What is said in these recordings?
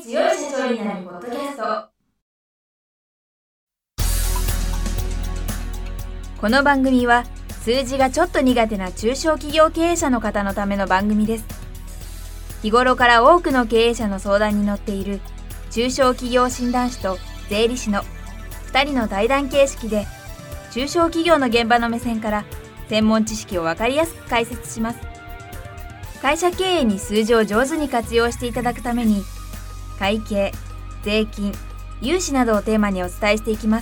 強い社長になるポッドキャスト。この番組は数字がちょっと苦手な中小企業経営者の方のための番組です。日頃から多くの経営者の相談に乗っている中小企業診断士と税理士の2人の対談形式で、中小企業の現場の目線から専門知識を分かりやすく解説します。会社経営に数字を上手に活用していただくために、会計、税金、融資などをテーマにお伝えしていきます。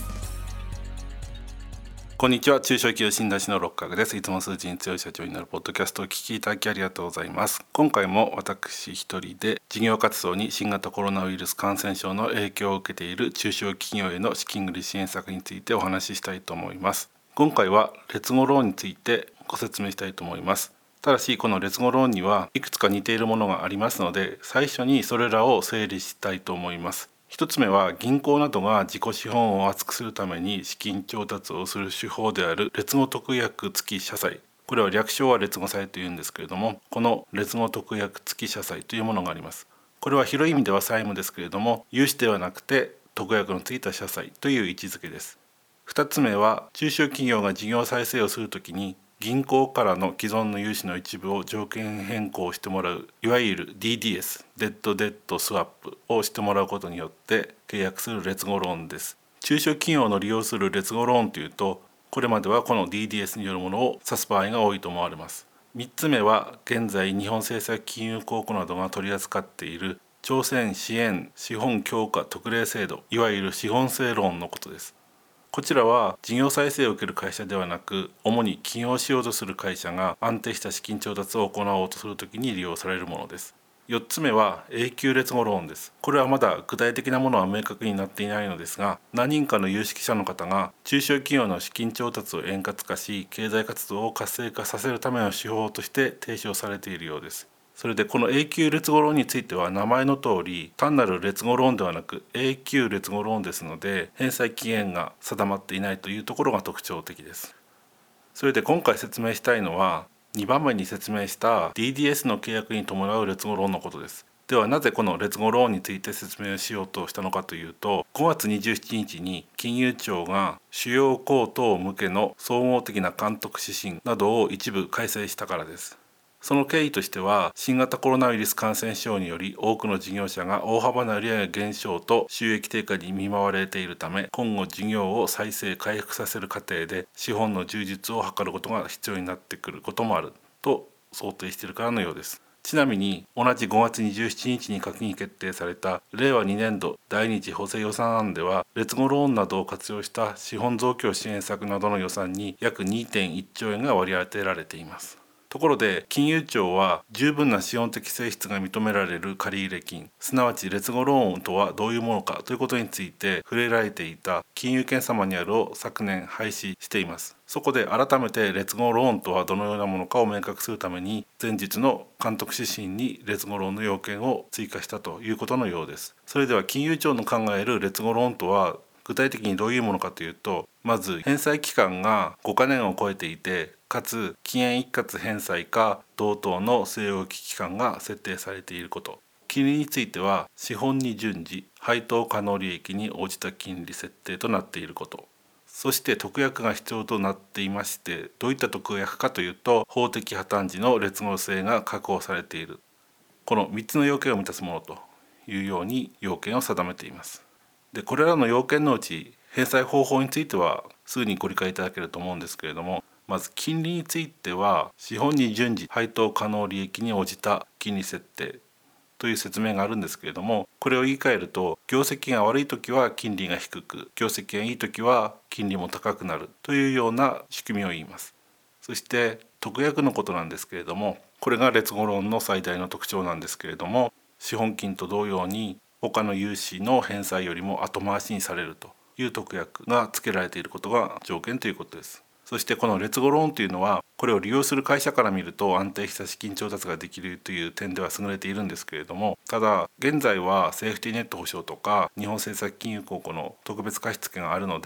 こんにちは。中小企業診断士の六角です。いつも数字に強い社長になるポッドキャストをお聞きいただきありがとうございます。今回も私一人で事業活動に新型コロナウイルス感染症の影響を受けている中小企業への資金繰り支援策についてお話ししたいと思います。今回は劣後ローンについてご説明したいと思います。ただしこの劣後ローンにはいくつか似ているものがありますので、最初にそれらを整理したいと思います。一つ目は、銀行などが自己資本を厚くするために資金調達をする手法である劣後特約付き社債、これは略称は劣後債というんですけれども、この劣後特約付き社債というものがあります。これは広い意味では債務ですけれども、融資ではなくて特約のついた社債という位置づけです。2つ目は、中小企業が事業再生をするときに銀行からの既存の融資の一部を条件変更してもらう、いわゆる DDS デッドデッドスワップをしてもらうことによって契約する劣後ローンです。中小企業の利用する劣後ローンというと、これまではこの DDS によるものを指す場合が多いと思われます。3つ目は、現在日本政策金融公庫などが取り扱っている朝鮮支援資本強化特例制度、いわゆる資本性ローンのことです。こちらは事業再生を受ける会社ではなく、主に起業しようとする会社が安定した資金調達を行おうとするときに利用されるものです。4つ目は永久劣後ローンです。これはまだ具体的なものは明確になっていないのですが、何人かの有識者の方が中小企業の資金調達を円滑化し、経済活動を活性化させるための手法として提唱されているようです。それでこの永久劣後ローンについては、名前の通り単なる劣後ローンではなく永久劣後ローンですので、返済期限が定まっていないというところが特徴的です。それで今回説明したいのは、2番目に説明した DDS の契約に伴う劣後ローンのことです。ではなぜこの劣後ローンについて説明をしようとしたのかというと、5月27日に金融庁が主要行等向けの総合的な監督指針などを一部改正したからです。その経緯としては、新型コロナウイルス感染症により多くの事業者が大幅な売上減少と収益低下に見舞われているため、今後事業を再生回復させる過程で資本の充実を図ることが必要になってくることもあると想定しているからのようです。ちなみに同じ5月27日に閣議決定された令和2年度第2次補正予算案では、劣後ローンなどを活用した資本増強支援策などの予算に約 2.1 兆円が割り当てられています。ところで金融庁は、十分な資本的性質が認められる借入金、すなわち劣後ローンとはどういうものかということについて触れられていた金融検査マニュアルを昨年廃止しています。そこで改めて劣後ローンとはどのようなものかを明確するために、前日の監督指針に劣後ローンの要件を追加したということのようです。それでは金融庁の考える劣後ローンとは具体的にどういうものかというと、まず返済期間が5カ年を超えていて、かつ期限一括返済か同等の据え置き期間が設定されていること。金利については資本に準じ配当可能利益に応じた金利設定となっていること。そして特約が必要となっていまして、どういった特約かというと、法的破綻時の劣後性が確保されている、この3つの要件を満たすものというように要件を定めています。でこれらの要件のうち、返済方法についてはすぐにご理解いただけると思うんですけれども、まず金利については資本に準じ配当可能利益に応じた金利設定という説明があるんですけれども、これを言い換えると、業績が悪い時は金利が低く、業績がいい時は金利も高くなるというような仕組みを言います。そして特約のことなんですけれども、これが劣後ローンの最大の特徴なんですけれども、資本金と同様に他の融資の返済よりも後回しにされるという特約が付けられていることが条件ということです。そしてこの劣後ローンというのは、これを利用する会社から見ると安定した資金調達ができるという点では優れているんですけれども、ただ現在はセーフティーネット保証とか日本政策金融公庫の特別貸付があるので、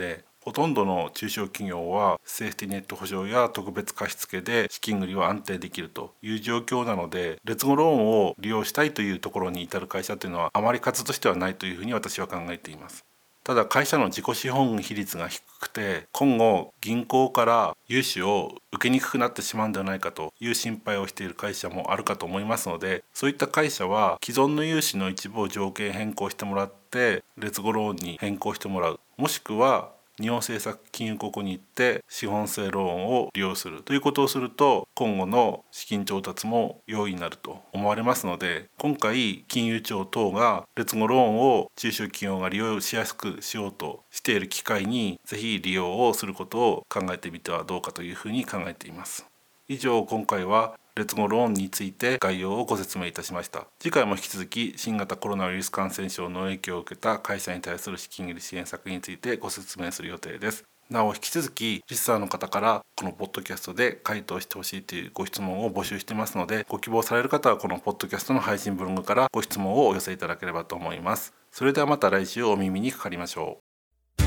ほとんどの中小企業はセーフティネット保証や特別貸付で資金繰りを安定できるという状況なので、劣後ローンを利用したいというところに至る会社というのはあまり数としてはないというふうに私は考えています。ただ会社の自己資本比率が低くて、今後銀行から融資を受けにくくなってしまうんではないかという心配をしている会社もあるかと思いますので、そういった会社は既存の融資の一部を条件変更してもらって劣後ローンに変更してもらう、もしくは日本政策金融公庫に行って資本性ローンを利用するということをすると、今後の資金調達も容易になると思われますので、今回金融庁等が劣後ローンを中小企業が利用しやすくしようとしている機会にぜひ利用をすることを考えてみてはどうかというふうに考えています。以上、今回は劣後ローンについて概要をご説明いたしました。次回も引き続き新型コロナウイルス感染症の影響を受けた会社に対する資金繰り支援策についてご説明する予定です。なお引き続きリスナーの方からこのポッドキャストで回答してほしいというご質問を募集していますので、ご希望される方はこのポッドキャストの配信ブログからご質問をお寄せいただければと思います。それではまた来週お耳にかかりましょう。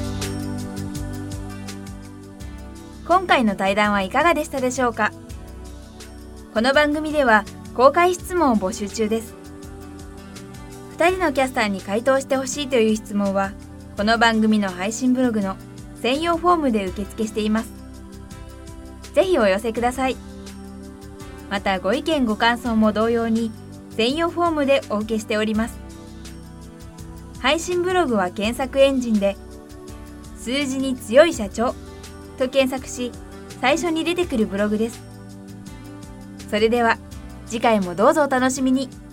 今回の対談はいかがでしたでしょうか。この番組では公開質問を募集中です。2人のキャスターに回答してほしいという質問は、この番組の配信ブログの専用フォームで受付しています。ぜひお寄せください。またご意見ご感想も同様に専用フォームでお受けしております。配信ブログは検索エンジンで数字に強い社長と検索し、最初に出てくるブログです。それでは次回もどうぞお楽しみに。